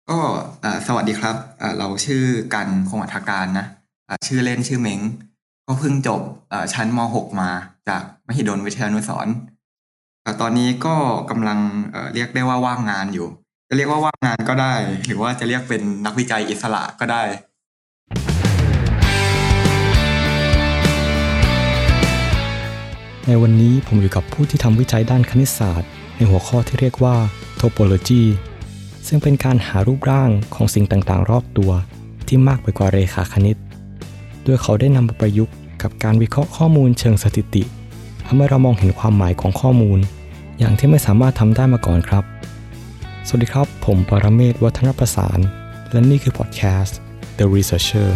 ก็สวัสดีครับเราชื่อกันคงอัฐการนะชื่อเล่นชื่อเม้งก็เพิ่งจบชั้นม .6 มาจากมหิดลวิทยานุสรณ์ตอนนี้ก็กำลังเรียกได้ว่าว่างงานอยู่จะเรียกว่าว่างงานก็ได้หรือว่าจะเรียกเป็นนักวิจัยอิสระก็ได้ในวันนี้ผมอยู่กับผู้ที่ทำวิจัยด้านคณิตศาสตร์ในหัวข้อที่เรียกว่า topology ซึ่งเป็นการหารูปร่างของสิ่งต่างๆรอบตัวที่มากไปกว่าเรขาคณิตโดยเขาได้นำมาประยุกต์กับการวิเคราะห์ข้อมูลเชิงสถิติทำให้เรามองเห็นความหมายของข้อมูลอย่างที่ไม่สามารถทำได้มาก่อนครับสวัสดีครับผมปรเมศวร์ วัฒนประสานและนี่คือพอดแคสต์ The Researcher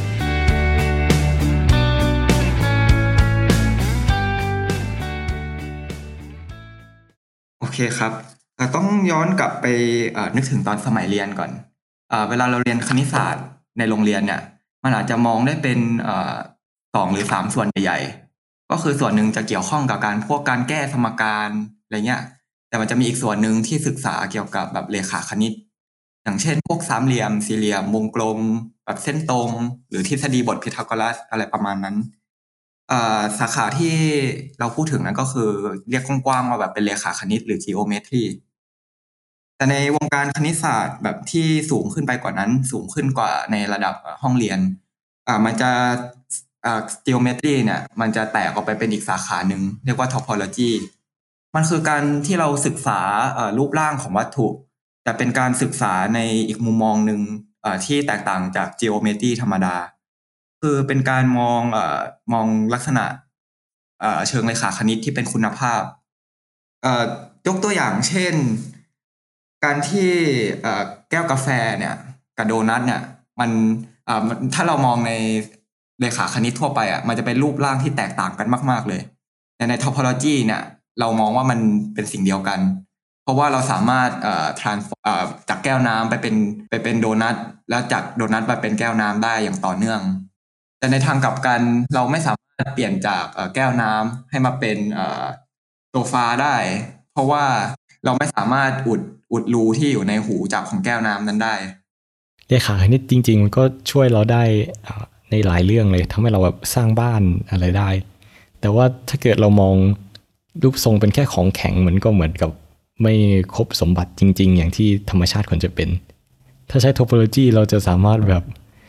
โอเคครับต้องย้อนกลับไปนึกถึงตอนสมัยเรียนก่อนเวลาเราเรียนคณิตศาสตร์ในโรงเรียนเนี่ยมันอาจจะมองได้เป็น2หรือ3ส่วนใหญ่ๆก็คือส่วนหนึ่งจะเกี่ยวข้องกับการแก้สมการอะไรเงี้ยแต่มันจะมีอีกส่วนหนึ่งที่ศึกษาเกี่ยวกับแบบเรขาคณิตอย่างเช่นพวกสามเหลี่ยมสี่เหลี่ยมวงกลมแบบเส้นตรงหรือทฤษฎีบทพีทาโกรัสอะไรประมาณนั้น สาขาที่เราพูดถึงนั้นก็คือเรียกกว้างๆว่าแบบเป็นเรขาคณิตหรือ geometry แต่ในวงการคณิตศาสตร์แบบที่สูงขึ้นไปกว่านั้นสูงขึ้นกว่าในระดับห้องเรียนมันจะgeometry เนี่ยมันจะแตกออกไปเป็นอีกสาขาหนึ่งเรียกว่า topology มันคือการที่เราศึกษารูปร่างของวัตถุแต่เป็นการศึกษาในอีกมุมมองหนึ่งที่แตกต่างจาก geometry ธรรมดา คือเป็นการมองลักษณะเชิงเรขาคณิตที่เป็นคุณภาพเอ่อยกตัวอย่างเช่นการที่แก้วกาแฟเนี่ยกับโดนัทเนี่ยมันถ้าเรามองในเรขาคณิตทั่วไปมันจะเป็นรูปร่างที่แตกต่างกันมากๆเลยแต่ใน topology เนี่ยเรามองว่ามันเป็นสิ่งเดียวกันเพราะว่าเราสามารถจากแก้วน้ำไปเป็นโดนัทแล้วจากโดนัทไปเป็นแก้วน้ำได้อย่างต่อเนื่อง แต่ในทางกลับกันเราไม่สามารถเปลี่ยนจากแก้วน้ำให้มาเป็นโซฟาได้เพราะว่าเราไม่สามารถอุดรูที่อยู่ในหูจับของแก้วน้ำนั้นได้เรขาคณิตจริงๆมันก็ช่วยเราได้ในหลายเรื่องเลยทำให้เราแบบสร้างบ้านอะไรได้แต่ว่าถ้าเกิดเรามองรูปทรงเป็นแค่ของแข็งมันก็เหมือนกับไม่ครบสมบัติจริงๆอย่างที่ธรรมชาติควรจะเป็นถ้าใช้ topology เราจะสามารถแบบ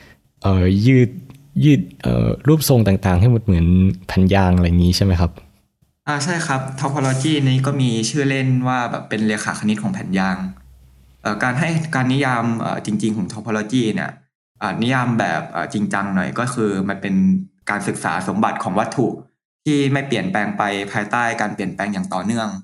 ยืดรูปทรงต่างๆให้มันเหมือนแผ่นยางอะไรอย่างนี้ใช่ไหมครับใช่ครับ topology นี้ก็มีชื่อเล่นว่าแบบเป็นเรขาคณิตของแผ่นยางการนิยามจริงๆของ topology เนี่ยนิยามแบบจริงจังหน่อยก็คือมันเป็นการศึกษาสมบัติของวัตถุที่ไม่เปลี่ยนแปลงไปภายใต้การเปลี่ยนแปลงอย่างต่อเนื่อง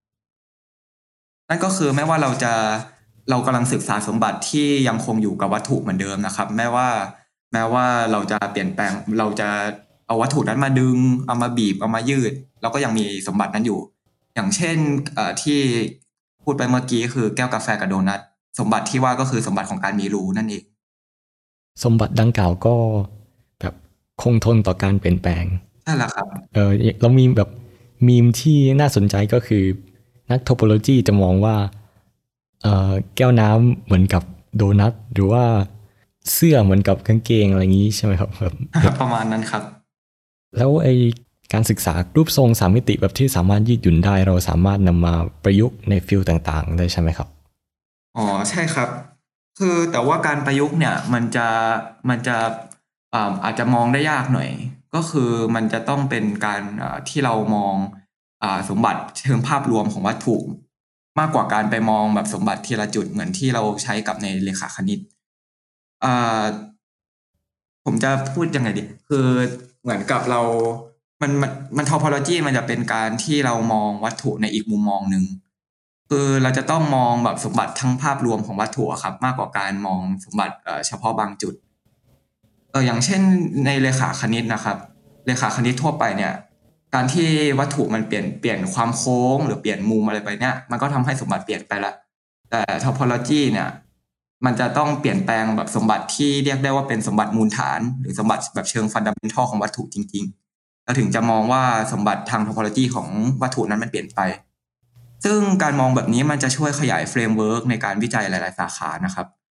นั่นก็คือไม่ว่าเรากำลังศึกษาสมบัติที่ยังคงอยู่กับวัตถุเหมือนเดิมนะครับแม้ว่าเราจะเปลี่ยนแปลงเราจะเอาวัตถุนั้นมาดึงเอามาบีบเอามายืดเราก็ยังมีสมบัตินั้นอยู่อย่างเช่นที่พูดไปเมื่อกี้คือแก้วกาแฟกับโดนัทสมบัติที่ว่าก็คือสมบัติของการมีรูนั่นเองสมบัติดังกล่าวก็แบบคงทนต่อการเปลี่ยนแปลงใช่แล้วครับเรามีแบบมีมที่น่าสนใจก็คือนักโทโปโลจีจะมองว่าแก้วน้ำเหมือนกับโดนัทหรือว่าเสื้อเหมือนกับกางเกงอะไรอย่างนี้ใช่ไหมครับแบบประมาณนั้นครับแล้วไอการศึกษารูปทรงสามมิติแบบที่สามารถยืดหยุ่นได้เราสามารถนำมาประยุกต์ในฟิลต่างๆได้ใช่ไหมครับอ๋อใช่ครับคือแต่ว่าการประยุกต์เนี่ยมันจะอาจจะมองได้ยากหน่อยก็คือมันจะต้องเป็นการที่เรามองสมบัติเชิงภาพรวมของวัตถุมากกว่าการไปมองแบบสมบัติทีละจุดเหมือนที่เราใช้กับในเรขาคณิตอ่าผมจะพูดยังไงดีคือเหมือนกับเรามัน topology มันจะเป็นการที่เรามองวัตถุในอีกมุมมองหนึ่ง คือเราจะต้องมองแบบสมบัติทั้งภาพรวมของวัตถุอะครับมากกว่าการมองสมบัติเฉพาะบางจุดอย่างเช่นในเรขาคณิตนะครับเรขาคณิตทั่วไปเนี่ยการที่วัตถุมันเปลี่ยนความโค้งหรือเปลี่ยนมุมอะไรไปเนี่ยมันก็ทำให้สมบัติเปลี่ยนไปละแต่ topology เนี่ยมันจะต้องเปลี่ยนแปลงแบบสมบัติที่เรียกได้ว่าเป็นสมบัติมูลฐานหรือสมบัติแบบเชิง fundamental ของวัตถุจริงๆเราถึงจะมองว่าสมบัติทาง topology ของวัตถุนั้นมันเปลี่ยนไป ซึ่งการมองแบบนี้มันจะช่วยขยายเฟรมเวิร์กในการวิจัยหลายๆสาขานะครับ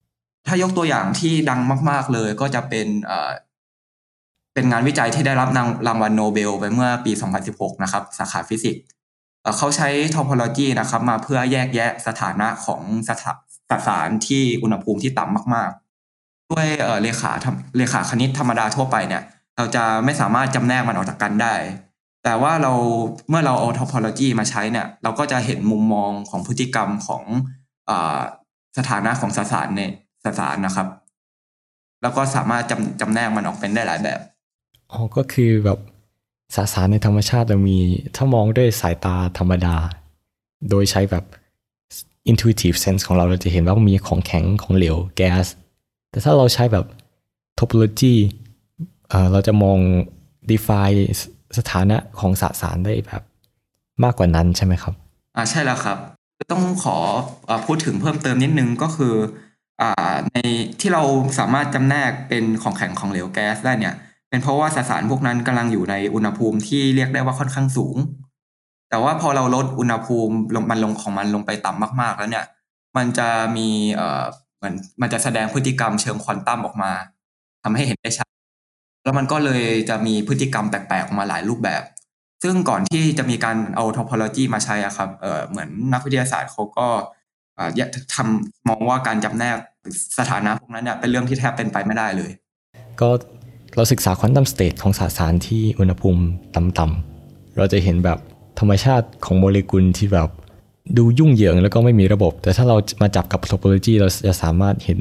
ถ้ายกตัวอย่างที่ดังมากๆเลยก็จะเป็นงานวิจัยที่ได้รับรางวัลโนเบลไปเมื่อปี 2016 นะครับสาขาฟิสิกส์เขาใช้ topology นะครับมาเพื่อแยกแยะสถานะของสสารที่อุณหภูมิที่ต่ำมากๆด้วยเลขาคณิตธรรมดาทั่วไปเนี่ยเราจะไม่สามารถจำแนกมันออกจากกันได้แต่ว่าเมื่อเราเอา topology มาใช้เนี่ยเราก็จะเห็นมุมมองของพฤติกรรมของเอ่อสถานะของสสารในสสารนะครับแล้วก็สามารถจำแนกมันออกเป็นได้หลายแบบก็คือแบบสสารในธรรมชาติมีถ้ามองด้วยสายตาธรรมดาโดยใช้แบบ intuitive sense ของเราจะเห็นว่ามีของแข็งของเหลวแก๊สแต่ถ้าเราใช้แบบ topology เราจะมอง define สถานะของสสารได้แบบมากกว่านั้นใช่ไหมครับใช่แล้วครับต้องขอพูดถึงเพิ่มเติมนิดนึงก็คือในที่เราสามารถจำแนกเป็นของแข็งของเหลวแก๊สได้เนี่ยเป็นเพราะว่าสสารพวกนั้นกำลังอยู่ในอุณหภูมิที่เรียกได้ว่าค่อนข้างสูงแต่ว่าพอเราลดอุณหภูมิลงไปต่ำมากๆแล้วเนี่ยมันจะมีเหมือนมันจะแสดงพฤติกรรมเชิงควอนตัมออกมาทำให้เห็นได้ชัดแล้วมันก็เลยจะมีพฤติกรรมแปลกๆออกมาหลายรูปแบบซึ่งก่อนที่จะมีการเอา topology มาใช้อะครับเหมือนนักวิทยาศาสตร์เขาก็มองว่าการจำแนกสถานะพวกนั้นเนี่ยเป็นเรื่องที่แทบเป็นไปไม่ได้เลยก็เราศึกษาควอนตัมสเตทของสสารที่อุณหภูมิต่ำๆเราจะเห็นแบบธรรมชาติของโมเลกุลที่แบบดูยุ่งเหยิงแล้วก็ไม่มีระบบแต่ถ้าเรามาจับกับ topology เราจะสามารถเห็น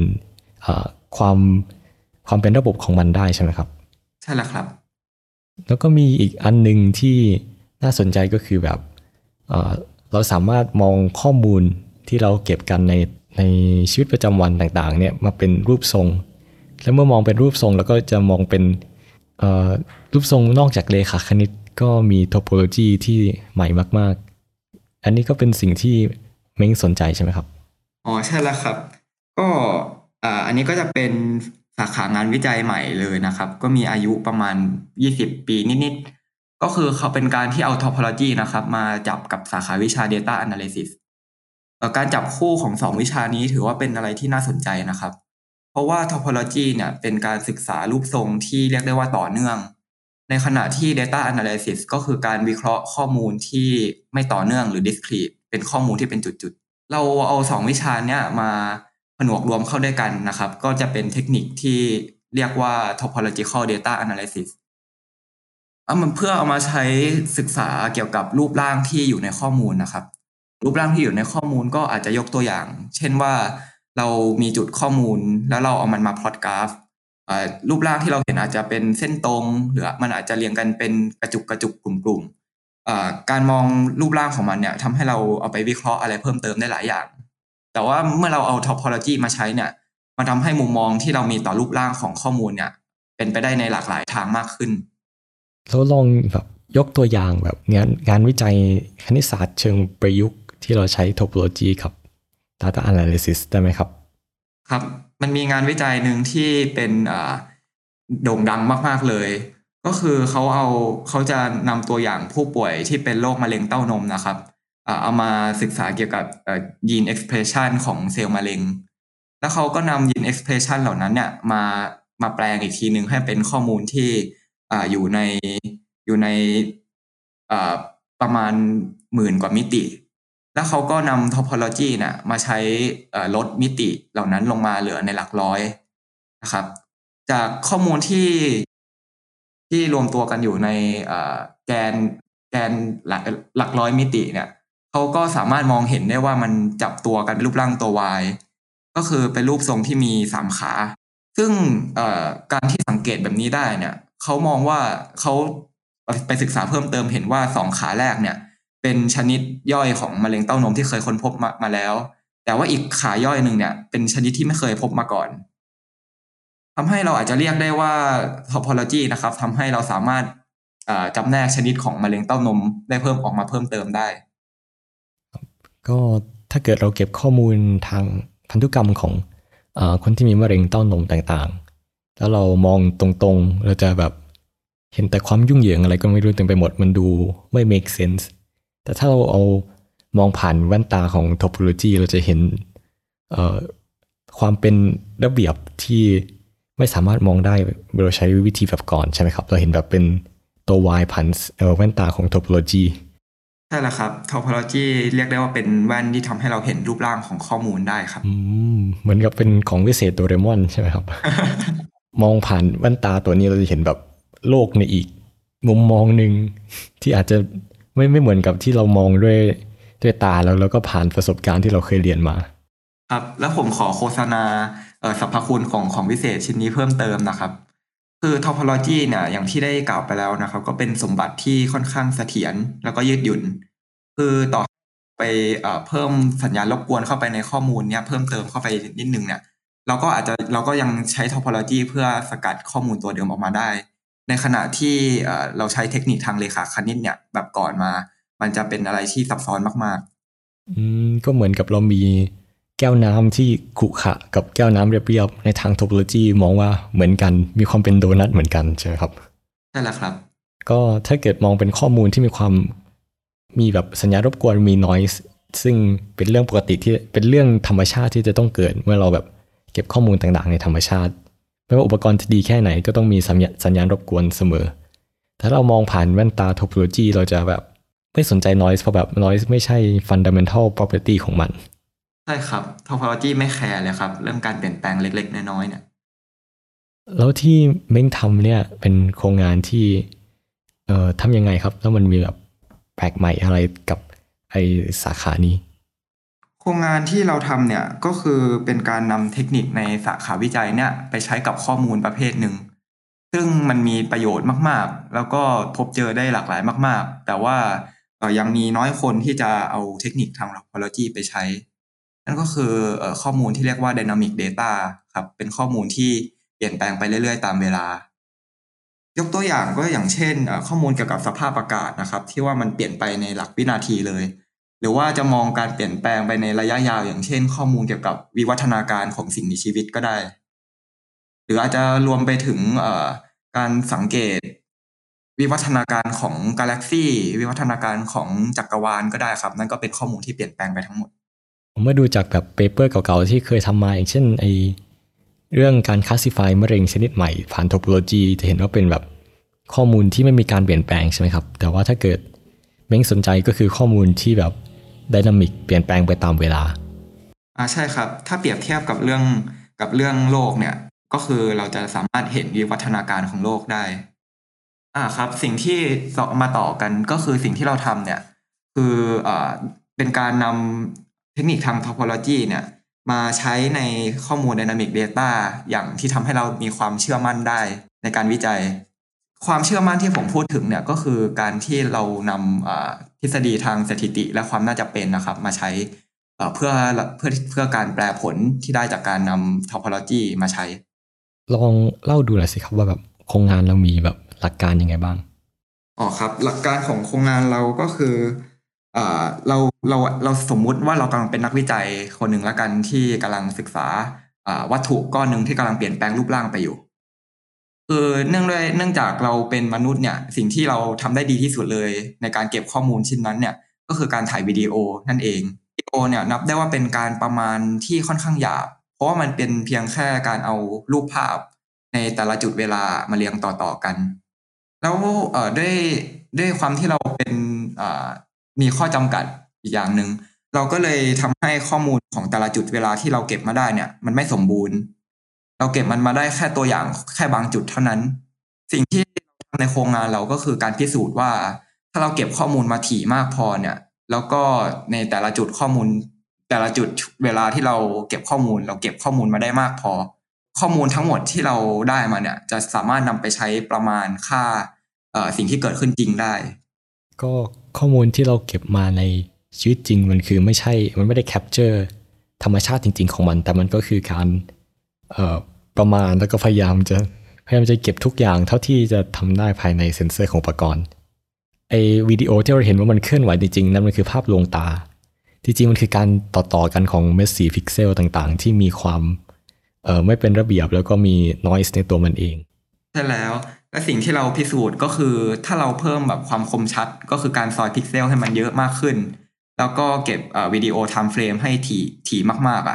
ความเป็นระบบของมันได้ใช่ไหมครับใช่แล้วครับแล้วก็มีอีกอันนึงที่น่าสนใจก็คือแบบเราสามารถมองข้อมูลที่เราเก็บกันในชีวิตประจำวันต่างๆเนี่ยมาเป็นรูปทรงแล้วเมื่อมองเป็นรูปทรงแล้วก็จะมองเป็นรูปทรงนอกจากเลขาคณิตก็มี topology ที่ใหม่มากๆอันนี้ก็เป็นสิ่งที่เม้งสนใจใช่ไหมครับใช่แล้วครับก็อันนี้ก็จะเป็นสาขางานวิจัยใหม่เลยนะครับก็มีอายุประมาณ20 ปีนิดๆก็คือเขาเป็นการที่เอา topology นะครับมาจับกับสาขาวิชา data analysis การจับคู่ของ2วิชานี้ถือว่าเป็นอะไรที่น่าสนใจนะครับเพราะว่า topology เนี่ยเป็นการศึกษารูปทรงที่เรียกได้ว่าต่อเนื่องในขณะที่ data analysis ก็คือการวิเคราะห์ข้อมูลที่ไม่ต่อเนื่องหรือ discrete เป็นข้อมูลที่เป็นจุดๆเราเอา2วิชาเนี้ยมาผนวกรวมเข้าด้วยกันนะครับก็จะเป็นเทคนิคที่เรียกว่า topological data analysis มันเพื่อเอามาใช้ศึกษาเกี่ยวกับรูปร่างที่อยู่ในข้อมูลนะครับรูปร่างที่อยู่ในข้อมูลก็อาจจะยกตัวอย่างเช่นว่าเรามีจุดข้อมูลแล้วเราเอามันมาพลอตกราฟรูปร่างที่เราเห็นอาจจะเป็นเส้นตรงหรือมันอาจจะเรียงกันเป็นกระจุกกลุ่มการมองรูปร่างของมันเนี่ยทำให้เราเอาไปวิเคราะห์อะไรเพิ่มเติมได้หลายอย่างแต่ว่าเมื่อเราเอา topology มาใช้เนี่ยมันทำให้มุมมองที่เรามีต่อรูปร่างของข้อมูลเนี่ยเป็นไปได้ในหลากหลายทางมากขึ้นแล้วลองแบบยกตัวอย่างแบบงานวิจัยคณิตศาสตร์เชิงประยุกต์ที่เราใช้ topology กับ data analysis ได้ไหมครับครับมันมีงานวิจัยหนึ่งที่เป็นโด่งดังมากๆเลยก็คือเขาจะนำตัวอย่างผู้ป่วยที่เป็นโรคมะเร็งเต้านมนะครับเอามาศึกษาเกี่ยวกับยีน expression ของเซลล์มะเร็งแล้วเขาก็นำยีน expression เหล่านั้นเนี่ยมาแปลงอีกทีหนึ่งให้เป็นข้อมูลที่อยู่ในประมาณ10,000 กว่ามิติ แล้วเขาก็นำ topology เนี่ยมาใช้ลดมิติเหล่านั้นลงมาเหลือในหลักร้อยนะครับจากข้อมูลที่รวมตัวกันอยู่ในแกนหลักร้อยมิติเนี่ยเขาก็สามารถมองเห็นได้ว่ามันจับตัวกันเป็นรูปร่างตัว Y ก็คือเป็นรูปทรงที่มี3ขาซึ่งการที่สังเกตแบบนี้ได้เนี่ยเขามองว่าเขาไปศึกษาเพิ่มเติมเห็นว่า2ขาแรกเนี่ยเป็นชนิดย่อยของมะเร็งเต้านมที่เคยค้นพบมาแล้วแต่ว่าอีกขาย่อยหนึ่งเนี่ยเป็นชนิดที่ไม่เคยพบมาก่อนทำให้เราอาจจะเรียกได้ว่า topology นะครับทำให้เราสามารถจำแนกชนิดของมะเร็งเต้านมได้เพิ่มเติมได้ก็ถ้าเกิดเราเก็บข้อมูลทางพันธุกรรมของคนที่มีมะเร็งเต้านมต่างๆแล้วเรามองตรงๆเราจะแบบเห็นแต่ความยุ่งเหยิงอะไรก็ไม่รู้เต็มไปหมดมันดูไม่ make sense แต่ถ้าเราเอามองผ่านแว่นตาของ topology เราจะเห็นความเป็นระเบียบที่ไม่สามารถมองได้โดยใช้วิธีแบบก่อนใช่ไหมครับเราเห็นแบบเป็นตัว Y ผ่านแว่นตาของ topology ใช่แล้วครับ topology เรียกได้ว่าเป็นแว่นที่ทำให้เราเห็นรูปร่างของข้อมูลได้ครับเหมือนกับเป็นของวิเศษโดเรมอนใช่ไหมครับ มองผ่านแว่นตาตัวนี้เราจะเห็นแบบโลกในอีกมุมมองหนึ่งที่อาจจะไม่เหมือนกับที่เรามองด้วยตาแล้วก็ผ่านประสบการณ์ที่เราเคยเรียนมาครับแล้วผมขอโฆษณาสรรพคุณของวิเศษชิ้นนี้เพิ่มเติมนะครับคือ topology เนี่ยอย่างที่ได้กล่าวไปแล้วนะครับก็เป็นสมบัติที่ค่อนข้างเสถียรแล้วก็ยืดหยุ่นคือต่อไปเพิ่มสัญญาณรบกวนเข้าไปในข้อมูลเนี่ยเพิ่มเติมเข้าไปนิดนึงเนี่ยเราก็ยังใช้ topology เพื่อสกัดข้อมูลตัวเดิมออกมาได้ในขณะที่เราใช้เทคนิคทางเลขาคณิตเนี่ยแบบก่อนมามันจะเป็นอะไรที่ซับซ้อนมากๆก็เหมือนกับเรามีแก้วน้ำที่ขรุขระกับแก้วน้ำเรียบๆในทางโทโปโลจีมองว่าเหมือนกันมีความเป็นโดนัทเหมือนกันใช่ไหมครับใช่แล้วครับก็ถ้าเกิดมองเป็นข้อมูลที่มีแบบสัญญาณรบกวนมี noise ซึ่งเป็นเรื่องปกติที่เป็นเรื่องธรรมชาติที่จะต้องเกิดเมื่อเราแบบเก็บข้อมูลต่างๆในธรรมชาติไม่ว่าอุปกรณ์จะดีแค่ไหนก็ต้องมีสัญญาณรบกวนเสมอถ้าเรามองผ่านแว่นตาโทโปโลจีเราจะแบบไม่สนใจ noise เพราะแบบ noise ไม่ใช่ fundamental property ของมันใช่ครับ topology ไม่แคร์เลยครับเรื่องการเปลี่ยนแปลงเล็กๆน้อยๆเนี่ยแล้วที่เม้งทำเนี่ยเป็นโครงงานที่ทำยังไงครับแล้วมันมีแบบแปลกใหม่อะไรกับไอสาขานี้โครงงานที่เราทำเนี่ยก็คือเป็นการนำเทคนิคในสาขาวิจัยเนี่ยไปใช้กับข้อมูลประเภทหนึ่งซึ่งมันมีประโยชน์มากๆแล้วก็พบเจอได้หลากหลายมากๆแต่ว่ายังมีน้อยคนที่จะเอาเทคนิคทาง topology ไปใช้นั่นก็คือข้อมูลที่เรียกว่า dynamic data ครับเป็นข้อมูลที่เปลี่ยนแปลงไปเรื่อยๆตามเวลา ยกตัวอย่างก็อย่างเช่นข้อมูลเกี่ยวกับสภาพอากาศนะครับที่ว่ามันเปลี่ยนไปในหลักวินาทีเลยหรือว่าจะมองการเปลี่ยนแปลงไปในระยะยาวอย่างเช่นข้อมูลเกี่ยวกับวิวัฒนาการของสิ่งมีชีวิตก็ได้หรืออาจจะรวมไปถึงการสังเกตวิวัฒนาการของกาแล็กซี่วิวัฒนาการของจักรวาลก็ได้ครับนั่นก็เป็นข้อมูลที่เปลี่ยนแปลงไปทั้งหมดผมมาดูจากแบบเปเปอร์เก่าๆที่เคยทำมาอย่างเช่นไอเรื่องการคลาสสิฟายมะเร็งชนิดใหม่ผ่านโทโปโลจีจะเห็นว่าเป็นแบบข้อมูลที่ไม่มีการเปลี่ยนแปลงใช่ไหมครับแต่ว่าถ้าเกิดเม้งสนใจก็คือข้อมูลที่แบบไดนามิกเปลี่ยนแปลงไปตามเวลาใช่ครับถ้าเปรียบเทียบกับเรื่องโลกเนี่ยก็คือเราจะสามารถเห็นวิวัฒนาการของโลกได้ครับสิ่งที่มาต่อกันก็คือสิ่งที่เราทำเนี่ยคือเป็นการนำเทคนิคทาง topology เนี่ยมาใช้ในข้อมูล dynamic data อย่างที่ทำให้เรามีความเชื่อมั่นได้ในการวิจัยความเชื่อมั่นที่ผมพูดถึงเนี่ยก็คือการที่เรานำทฤษฎีทางสถิติและความน่าจะเป็นนะครับมาใช้เพื่อการแปลผลที่ได้จากการนำ topology มาใช้ลองเล่าดูหน่อยสิครับว่าแบบโครงงานเรามีแบบหลักการยังไงบ้างครับหลักการของโครงงานเราก็คืออ่าเราเราสมมุติว่าเรากำลังเป็นนักวิจัยคนหนึ่งแล้วกันที่กำลังศึกษาวัตถุก้อนหนึ่งที่กำลังเปลี่ยนแปลงรูปร่างไปอยู่คือเนื่องจากเราเป็นมนุษย์เนี่ยสิ่งที่เราทำได้ดีที่สุดเลยในการเก็บข้อมูลชิ้นนั้นเนี่ยก็คือการถ่ายวิดีโอนั่นเองวิดีโอเนี่ยนับได้ว่าเป็นการประมาณที่ค่อนข้างหยาบเพราะว่ามันเป็นเพียงแค่การเอารูปภาพในแต่ละจุดเวลามาเรียงต่อๆกัน แล้วด้วยความที่เราเป็นมีข้อจำกัดอีกอย่างหนึ่งเราก็เลยทำให้ข้อมูลของแต่ละจุดเวลาที่เราเก็บมาได้เนี่ยมันไม่สมบูรณ์เราเก็บมันมาได้แค่ตัวอย่างแค่บางจุดเท่านั้นสิ่งที่เราทำในโครงงานเราก็คือการพิสูจน์ว่าถ้าเราเก็บข้อมูลมาถี่มากพอเนี่ยแล้วก็ในแต่ละจุดข้อมูลแต่ละจุดเวลาที่เราเก็บข้อมูลเราเก็บข้อมูลมาได้มากพอ ข้อมูลทั้งหมดที่เราได้มาเนี่ยจะสามารถนำไปใช้ประมาณค่าสิ่งที่เกิดขึ้นจริงได้ก็ข้อมูลที่เราเก็บมาในชีวิตจริงมันคือมันไม่ได้แคปเจอร์ธรรมชาติจริงๆของมันแต่มันก็คือการประมาณแล้วก็พยายามจะเก็บทุกอย่างเท่าที่จะทำได้ภายในเซ็นเซอร์ของอุปกรณ์ไอวิดีโอที่เราเห็นว่ามันเคลื่อนไหวจริงๆนั่นมันคือภาพลวงตาจริงๆมันคือการต่อกันของเม็ดสีพิกเซลต่างๆที่มีความไม่เป็นระเบียบแล้วก็มี noise ในตัวมันเองใช่แล้วและสิ่งที่เราพิสูจน์ก็คือถ้าเราเพิ่มแบบความคมชัดก็คือการซอยพิกเซลให้มันเยอะมากขึ้นแล้วก็เก็บวิดีโอไทม์เฟรมให้ถี่มากๆ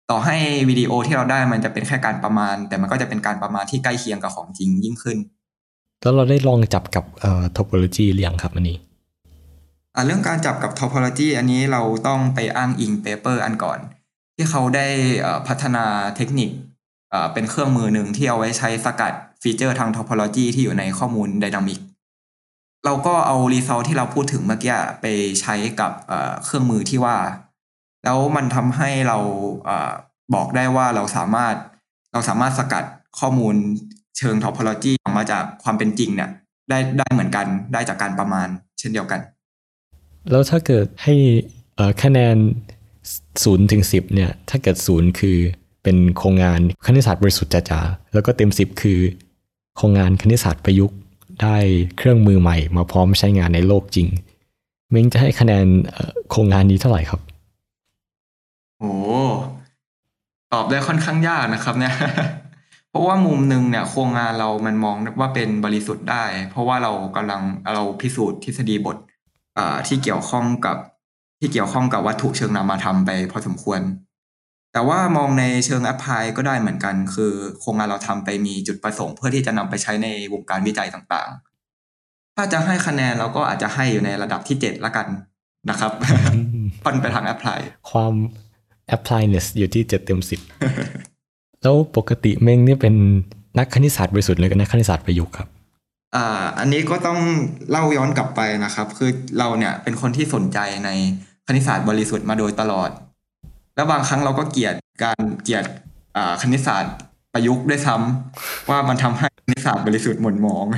ต่อให้วิดีโอที่เราได้มันจะเป็นแค่การประมาณแต่มันก็จะเป็นการประมาณที่ใกล้เคียงกับของจริงยิ่งขึ้นแล้วเราได้ลองจับกับtopology หรือยังครับอันนี้เรื่องการจับกับ topology อันนี้เราต้องไปอ้างอิงเปเปอร์อันก่อนที่เขาได้พัฒนาเทคนิคเป็นเครื่องมือหนึ่งที่เอาไว้ใช้สกัดฟีเจอร์ทาง topology ที่อยู่ในข้อมูล Dynamic เราก็เอา result ที่เราพูดถึงเมื่อกี้ไปใช้กับเครื่องมือที่ว่าแล้วมันทำให้เราบอกได้ว่าเราสามารถสกัดข้อมูลเชิง topology ออกมาจากความเป็นจริงเนี่ยได้เหมือนกันได้จากการประมาณเช่นเดียวกันแล้วถ้าเกิดให้คะแนน0 ถึง 10เนี่ยถ้าเกิด0คือเป็นโครงงานคณิตศาสตร์บริสุทธิ์จ๋าๆแล้วก็เต็ม10คือโครงงานคณิตศาสตร์ประยุกต์ได้เครื่องมือใหม่มาพร้อมใช้งานในโลกจริงเม้งจะให้คะแนนโครงงานนี้เท่าไหร่ครับโอ้ตอบได้ค่อนข้างยากนะครับเนี่ย เพราะว่ามุมหนึ่งเนี่ยโครงงานเรามันมองว่าเป็นบริสุทธิ์ได้เพราะว่าเราพิสูจน์ทฤษฎีบทที่เกี่ยวข้องกับวัตถุเชิงนามธรรมไปพอสมควรแต่ว่ามองในเชิงแอพพลายก็ได้เหมือนกันคือโครงงานเราทำไปมีจุดประสงค์เพื่อที่จะนำไปใช้ในวงการวิจัยต่างๆถ้าจะให้คะแนนเราก็อาจจะให้อยู่ในระดับที่7ละกันนะครับ ค่อนไปทางแอพพลายความ appliness อยู่ที่7 เต็ม 10 แล้วปกติเม้งนี่เป็นนักคณิตศาสตร์บริสุทธิ์หรือนักคณิตศาสตร์ประยุกต์ครับอันนี้ก็ต้องเล่าย้อนกลับไปนะครับคือเราเนี่ยเป็นคนที่สนใจในคณิตศาสตร์บริสุทธิ์มาโดยตลอดแล้วบางครั้งเราก็เกลียดคณิตศาสตร์ประยุกต์ด้วยซ้ำว่ามันทำให้คณิตศาสตร์บริสุทธิ์หม่นหมอง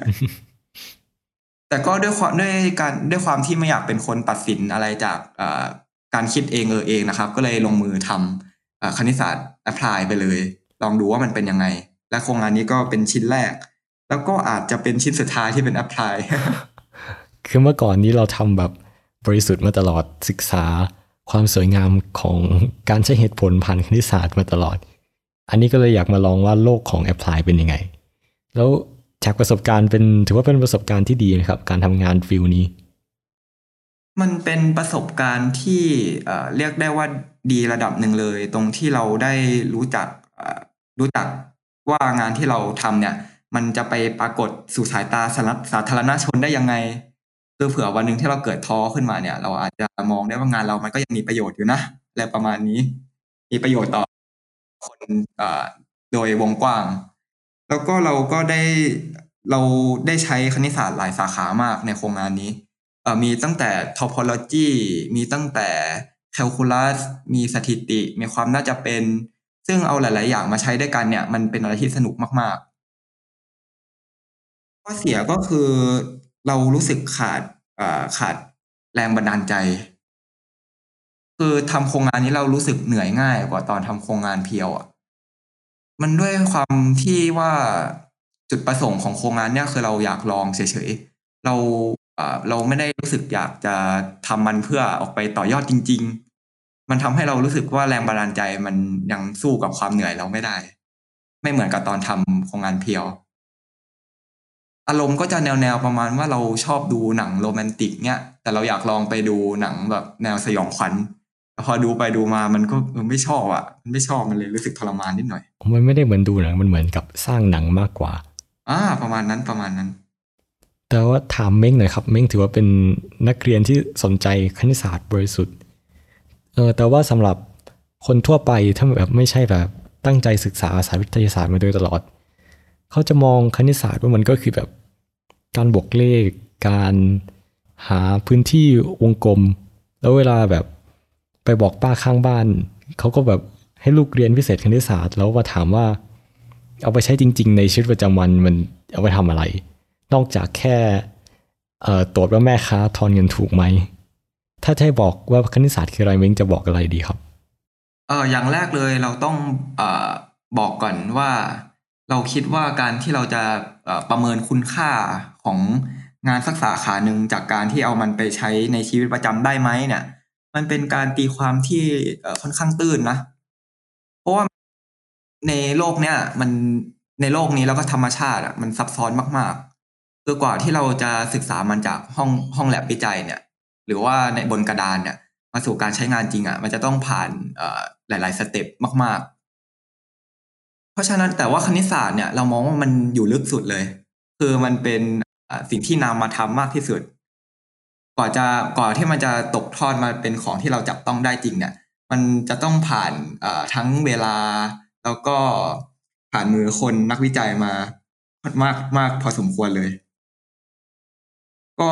แต่ก็ด้วยความที่ไม่อยากเป็นคนตัดสินอะไรจากการคิดเองนะครับก็เลยลงมือทำคณิตศาสตร์แอพพลายไปเลยลองดูว่ามันเป็นยังไงและโครงงานนี้ก็เป็นชิ้นแรกแล้วก็อาจจะเป็นชิ้นสุดท้ายที่เป็นแอพพลายคือเมื่อก่อนนี้เราทำแบบบริสุทธิ์มาตลอดศึกษาความสวยงามของการใช้เหตุผลผ่านคณิตศาสตร์มาตลอดอันนี้ก็เลยอยากมาลองว่าโลกของแอพพลายเป็นยังไงแล้วจากประสบการณ์ถือว่าเป็นประสบการณ์ที่ดีนะครับการทำงานฟิลนี้มันเป็นประสบการณ์ที่เรียกได้ว่าดีระดับหนึ่งเลยตรงที่เราได้รู้จักรู้จักว่างานที่เราทำเนี่ยมันจะไปปรากฏสู่สายตาสาธารณชนได้ยังไงคือเผื่อวันหนึ่งที่เราเกิดท้อขึ้นมาเนี่ยเราอาจจะมองได้ว่างานเรามันก็ยังมีประโยชน์อยู่นะอะไรประมาณนี้มีประโยชน์ต่อคนโดยวงกว้างแล้วก็เราได้ใช้คณิตศาสตร์หลายสาขามากในโครงงานนี้ มีตั้งแต่ topology มีตั้งแต่ calculus มีสถิติมีความน่าจะเป็นซึ่งเอาหลายๆอย่างมาใช้ด้วยกันเนี่ยมันเป็นอะไรที่สนุกมากๆข้อเสียก็คือเรารู้สึกขาดแรงบันดาลใจคือทำโครงงานนี้เรารู้สึกเหนื่อยง่ายกว่าตอนทำโครงงานเพียวอ่ะมันด้วยความที่ว่าจุดประสงค์ของโครงงานเนี่ยคือเราอยากลองเฉยๆเราไม่ได้รู้สึกอยากจะทำมันเพื่อออกไปต่อยอดจริงๆมันทำให้เรารู้สึกว่าแรงบันดาลใจมันยังสู้กับความเหนื่อยเราไม่ได้ไม่เหมือนกับตอนทำโครงงานเพียวอารมณ์ก็จะแนวประมาณว่าเราชอบดูหนังโรแมนติกเนี่ยแต่เราอยากลองไปดูหนังแบบแนวสยองขวัญแต่พอดูไปดูมามันก็ไม่ชอบอ่ะมันไม่ชอบมันเลยรู้สึกทรมานนิดหน่อยมันไม่ได้เหมือนดูหนังมันเหมือนกับสร้างหนังมากกว่าประมาณนั้นแต่ว่าถามเม้งหน่อยครับเม้งถือว่าเป็นนักเรียนที่สนใจคณิตศาสตร์บริสุทธิ์แต่ว่าสำหรับคนทั่วไปถ้าแบบไม่ใช่แบบตั้งใจศึกษาสายวิทยาศาสตร์มาโดยตลอดเขาจะมองคณิตศาสตร์ว่ามันก็คือแบบการบวกเลขการหาพื้นที่วงกลมแล้วเวลาแบบไปบอกป้าข้างบ้านเขาก็แบบให้ลูกเรียนพิเศษคณิตศาสตร์แล้วมาถามว่าเอาไปใช้จริงๆในชีวิตประจำวันมันเอาไปทำอะไรนอกจากแค่ตรวจว่าแม่ค้าทอนเงินถูกไหมถ้าให้บอกว่าคณิตศาสตร์คืออะไรเม้งจะบอกอะไรดีครับอย่างแรกเลยเราต้องบอกก่อนว่าเราคิดว่าการที่เราจะประเมินคุณค่าของงานสักสาขาหนึ่งจากการที่เอามันไปใช้ในชีวิตประจำได้ไหมเนี่ยมันเป็นการตีความที่ค่อนข้างตื้นนะเพราะว่าในโลกเนี้ยในโลกนี้แล้วก็ธรรมชาติมันซับซ้อนมากๆคือกว่าที่เราจะศึกษามันจากห้องแลบวิจัยเนี่ยหรือว่าในบนกระดานเนี่ยมาสู่การใช้งานจริงอ่ะมันจะต้องผ่านหลายๆสเต็ปมากๆเพราะฉะนั้นแต่ว่าคณิตศาสตร์เนี่ยเรามองว่ามันอยู่ลึกสุดเลยคือมันเป็นสิ่งที่นำมาทำมากที่สุดก่อนที่มันจะตกทอดมาเป็นของที่เราจับต้องได้จริงเนี่ยมันจะต้องผ่านทั้งเวลาแล้วก็ผ่านมือคนนักวิจัยมามากพอสมควรเลยก็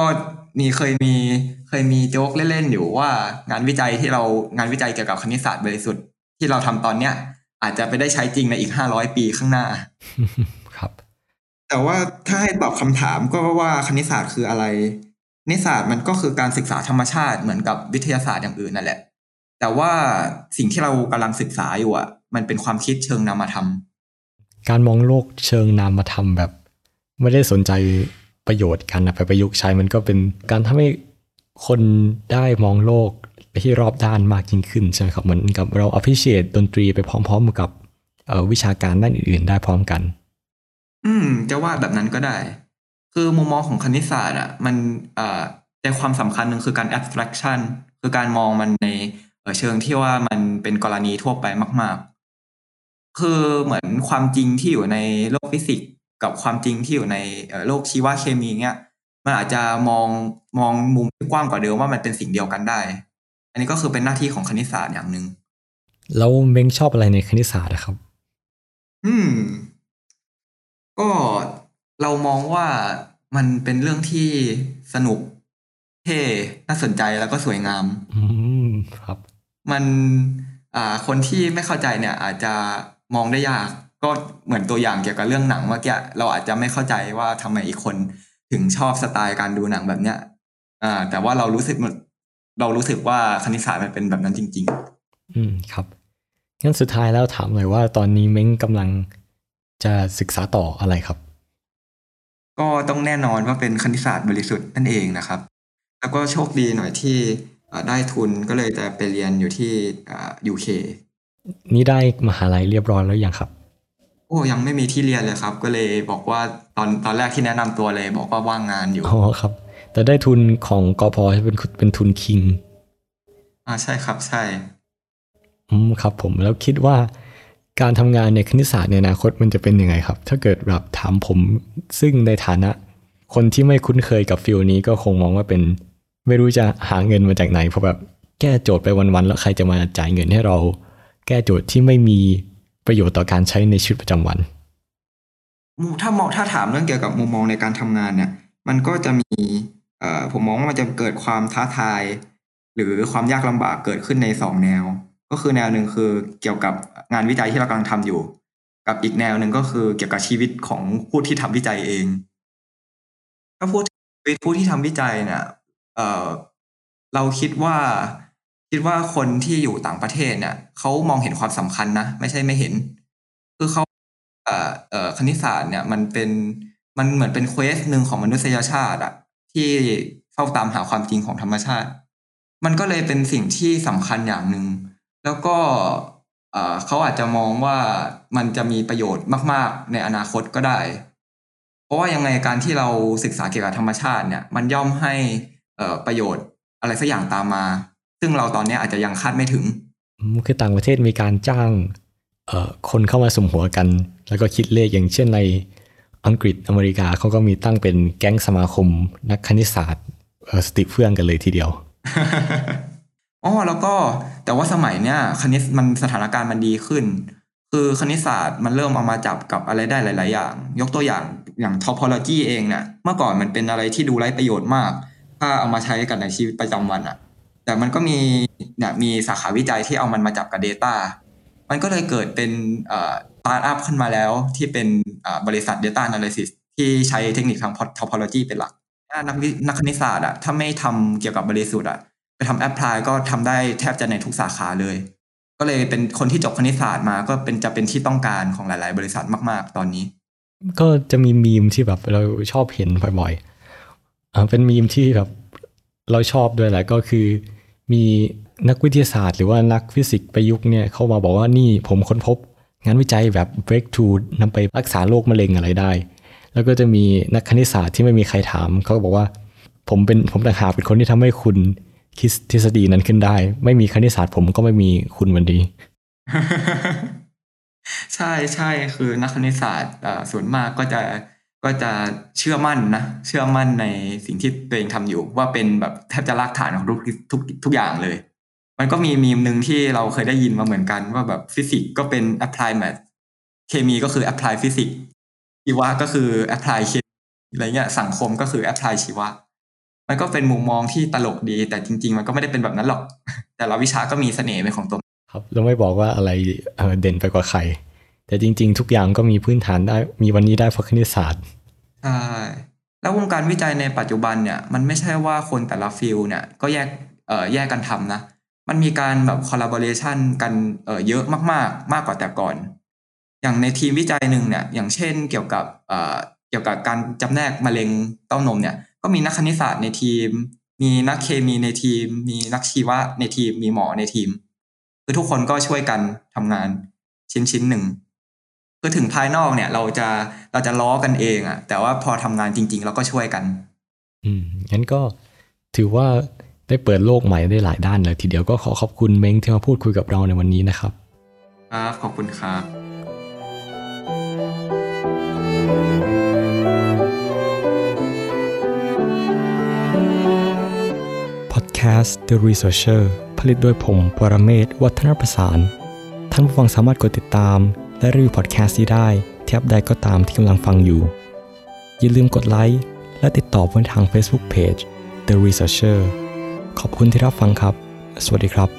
เคยมีโจ๊กเล่นๆอยู่ว่างานวิจัยเกี่ยวกับคณิตศาสตร์บริสุทธิ์ที่เราทำตอนเนี้ยอาจจะไปได้ใช้จริงในอีก500 ปีข้างหน้าครับแต่ว่าถ้าให้ตอบคำถามก็ว่าคณิตศาสตร์คืออะไรคณิตศาสตร์มันก็คือการศึกษาธรรมชาติเหมือนกับวิทยาศาสตร์อย่างอื่นนั่นแหละแต่ว่าสิ่งที่เรากำลังศึกษาอยู่อ่ะมันเป็นความคิดเชิงนามธรรมการมองโลกเชิงนามธรรมแบบไม่ได้สนใจประโยชน์กันไปประยุกต์ใช้มันก็เป็นการทำให้คนได้มองโลกที่รอบด้านมากยิ่งขึ้นใช่ไหมครับเหมือนกับเรา appreciate ดนตรีไปพร้อมๆกับวิชาการด้านอื่นๆได้พร้อมกันจะว่าแบบนั้นก็ได้คือมุมมองของคณิตศาสตร์อ่ะมันใจความสำคัญหนึ่งคือการ abstraction คือการมองมันในเชิงที่ว่ามันเป็นกรณีทั่วไปมากๆคือเหมือนความจริงที่อยู่ในโลกฟิสิกส์กับความจริงที่อยู่ในโลกชีวเคมีเงี้ยมันอาจจะมองมุมที่กว้างกว่าเดิมว่ามันเป็นสิ่งเดียวกันได้อันนี้ก็คือเป็นหน้าที่ของคณิตศาสตร์อย่างหนึ่งแล้วเม้งชอบอะไรในคณิตศาสตร์ครับอืม ก็เรามองว่ามันเป็นเรื่องที่สนุกเท่น่าสนใจแล้วก็สวยงามอืมครับมันคนที่ไม่เข้าใจเนี่ยอาจจะมองได้ยากก็เหมือนตัวอย่างเกี่ยวกับเรื่องหนังเมื่อกี้เราอาจจะไม่เข้าใจว่าทำไมอีกคนถึงชอบสไตล์การดูหนังแบบเนี้ยแต่ว่าเรารู้สึกว่าคณิตศาสตร์มันเป็นแบบนั้นจริงครับงั้นสุดท้ายแล้วถามหน่อยว่าตอนนี้เม้งกำลังจะศึกษาต่ออะไรครับๆก็ต้องแน่นอนว่าเป็นคณิตศาสตร์บริสุทธิ์นั่นเองนะครับแล้วก็โชคดีหน่อยที่ได้ทุนก็เลยจะไปเรียนอยู่ที่UK นี่ได้มหาลัยเรียบร้อยแล้วยังครับโอ้ยังไม่มีที่เรียนเลยครับก็เลยบอกว่าตอนแรกที่แนะนำตัวเลยบอกว่าว่างงานอยู่อ๋อครับแต่ได้ทุนของกพใช่เป็นทุนคิงใช่ครับใช่ครับผมแล้วคิดว่าการทำงานในคณิตศาสตร์ในอนาคตมันจะเป็นยังไงครับถ้าเกิดแบบถามผมซึ่งในฐานะคนที่ไม่คุ้นเคยกับฟิลนี้ก็คงมองว่าเป็นไม่รู้จะหาเงินมาจากไหนเพราะแบบแก้โจทย์ไปวันๆแล้วใครจะมาจ่ายเงินให้เราแก้โจทย์ที่ไม่มีประโยชน์ต่อการใช้ในชีวิตประจำวันถ้าถามเรื่องเกี่ยวกับมุมมองในการทำงานเนี่ยมันก็จะมีผมมองว่ามันจะเกิดความท้าทายหรือความยากลำบากเกิดขึ้นใน2 แนวก็คือแนวหนึ่งคือเกี่ยวกับงานวิจัยที่เรากำลังทำอยู่กับอีกแนวหนึ่งก็คือเกี่ยวกับชีวิตของผู้ที่ทำวิจัยเองถ้าพูดถึงชีวิตผู้ที่ทำวิจัยเนี่ยเอ่อเราคิดว่าคนที่อยู่ต่างประเทศเนี่ยเขามองเห็นความสำคัญนะไม่ใช่ไม่เห็นคือเขา คณิตศาสตร์เนี่ยมันเหมือนเป็นเควสหนึ่งของมนุษยชาติอะที่เฝ้าตามหาความจริงของธรรมชาติมันก็เลยเป็นสิ่งที่สำคัญอย่างหนึ่งแล้วก็เขาอาจจะมองว่ามันจะมีประโยชน์มากๆในอนาคตก็ได้เพราะว่ายังไงการที่เราศึกษาเกี่ยวกับธรรมชาติเนี่ยมันย่อมให้ประโยชน์อะไรสักอย่างตามมาซึ่งเราตอนนี้อาจจะยังคาดไม่ถึงคือต่างประเทศมีการจ้างคนเข้ามาสุมหัวกันแล้วก็คิดเลขอย่างเช่นในอังกฤษอเมริกาเขาก็มีตั้งเป็นแก๊งสมาคมนักคณิตศาสตร์สติเฟื่องกันเลยทีเดียวแล้วก็แต่ว่าสมัยเนี้ยคณิตมันสถานการณ์มันดีขึ้นคือคณิตศาสตร์มันเริ่มเอามาจับกับอะไรได้หลายๆอย่างยกตัวอย่าง topology เองเนี่ยเมื่อก่อนมันเป็นอะไรที่ดูไร้ประโยชน์มากถ้าเอามาใช้กันในชีวิตประจำวันอ่ะแต่มันก็มีสาขาวิจัยที่เอามันมาจับกับ data มันก็เลยเกิดเป็นสตาร์ทอัพขึ้นมาแล้วที่เป็นบริษัท data analysis ที่ใช้เทคนิคทาง topology เป็นหลักนักคณิตศาสตร์อ่ะถ้าไม่ทำเกี่ยวกับบริสุทธิ์อ่ะไปทำแอพพลายก็ทำได้แทบจะในทุกสาขาเลยก็เลยเป็นคนที่จบคณิตศาสตร์มาก็จะเป็นที่ต้องการของหลายๆบริษัทมากๆตอนนี้ก็จะมีมีมที่แบบเราชอบเห็นบ่อยๆเป็นมีมที่แบบเราชอบด้วยแหละก็คือมีนักวิทยาศาสตร์หรือว่านักฟิสิกส์ประยุกต์เนี่ยเข้ามาบอกว่านี่ผมค้นพบงานวิจัยแบบ breakthrough นำไปรักษาโรคมะเร็งอะไรได้แล้วก็จะมีนักคณิตศาสตร์ที่ไม่มีใครถามเขาก็บอกว่าผมต่างหากเป็นคนที่ทำให้คุณคิดทฤษฎีนั้นขึ้นได้ไม่มีคณิตศาสตร์ผมก็ไม่มีคุณวันนี้ใช่ใช่คือนักคณิตศาสตร์ส่วนมากก็จะเชื่อมั่นนะเชื่อมั่นในสิ่งที่ตัวเองทำอยู่ว่าเป็นแบบแทบจะรากฐานของทุกอย่างเลยมันก็มีมีมหนึ่งที่เราเคยได้ยินมาเหมือนกันว่าแบบฟิสิกส์ก็เป็น apply math เคมีก็คือ apply ฟิสิกส์ชีวะก็คือ apply เคมีอะไรเงี้ยสังคมก็คือ apply ชีวะมันก็เป็นมุมมองที่ตลกดีแต่จริงๆมันก็ไม่ได้เป็นแบบนั้นหรอกแต่ละวิชาก็มีเสน่ห์เป็นของตัวครับเราไม่บอกว่าอะไรเด่นไปกว่าใครแต่จริงๆทุกอย่างก็มีพื้นฐานได้มีวันนี้ได้เพราะคณิตศาสตร์ใช่แล้ววงการวิจัยในปัจจุบันเนี่ยมันไม่ใช่ว่าคนแต่ละฟิลเนี่ยก็แยกกันทำนะมันมีการแบบ collaboration กันเยอะมากกว่าแต่ก่อนอย่างในทีมวิจัยหนึ่งเนี่ยอย่างเช่นเกี่ยวกับการจำแนกมะเร็งเต้านมเนี่ยก็มีนักคณิตศาสตร์ในทีมมีนักเคมีในทีมมีนักชีวะในทีมมีหมอในทีมคือทุกคนก็ช่วยกันทำงานชิ้นหนึ่งคือถึงภายนอกเนี่ยเราจะล้อกันเองอะแต่ว่าพอทำงานจริงๆเราก็ช่วยกันงั้นก็ถือว่าได้เปิดโลกใหม่ได้หลายด้านเลยทีเดียวก็ขอขอบคุณเม้งที่มาพูดคุยกับเราในวันนี้นะครับครับขอบคุณครับพอดแคสต์ The Researcher ผลิตโดยผมปรเมศ วรรธนประสานท่านผู้ฟังสามารถกดติดตามและรีวิวพอดแคสต์นี้ได้ที่แอปใดก็ตามที่กำลังฟังอยู่อย่าลืมกดไลค์และติดต่อเพื่อนทาง Facebook Page The Researcher ขอบคุณที่รับฟังครับสวัสดีครับ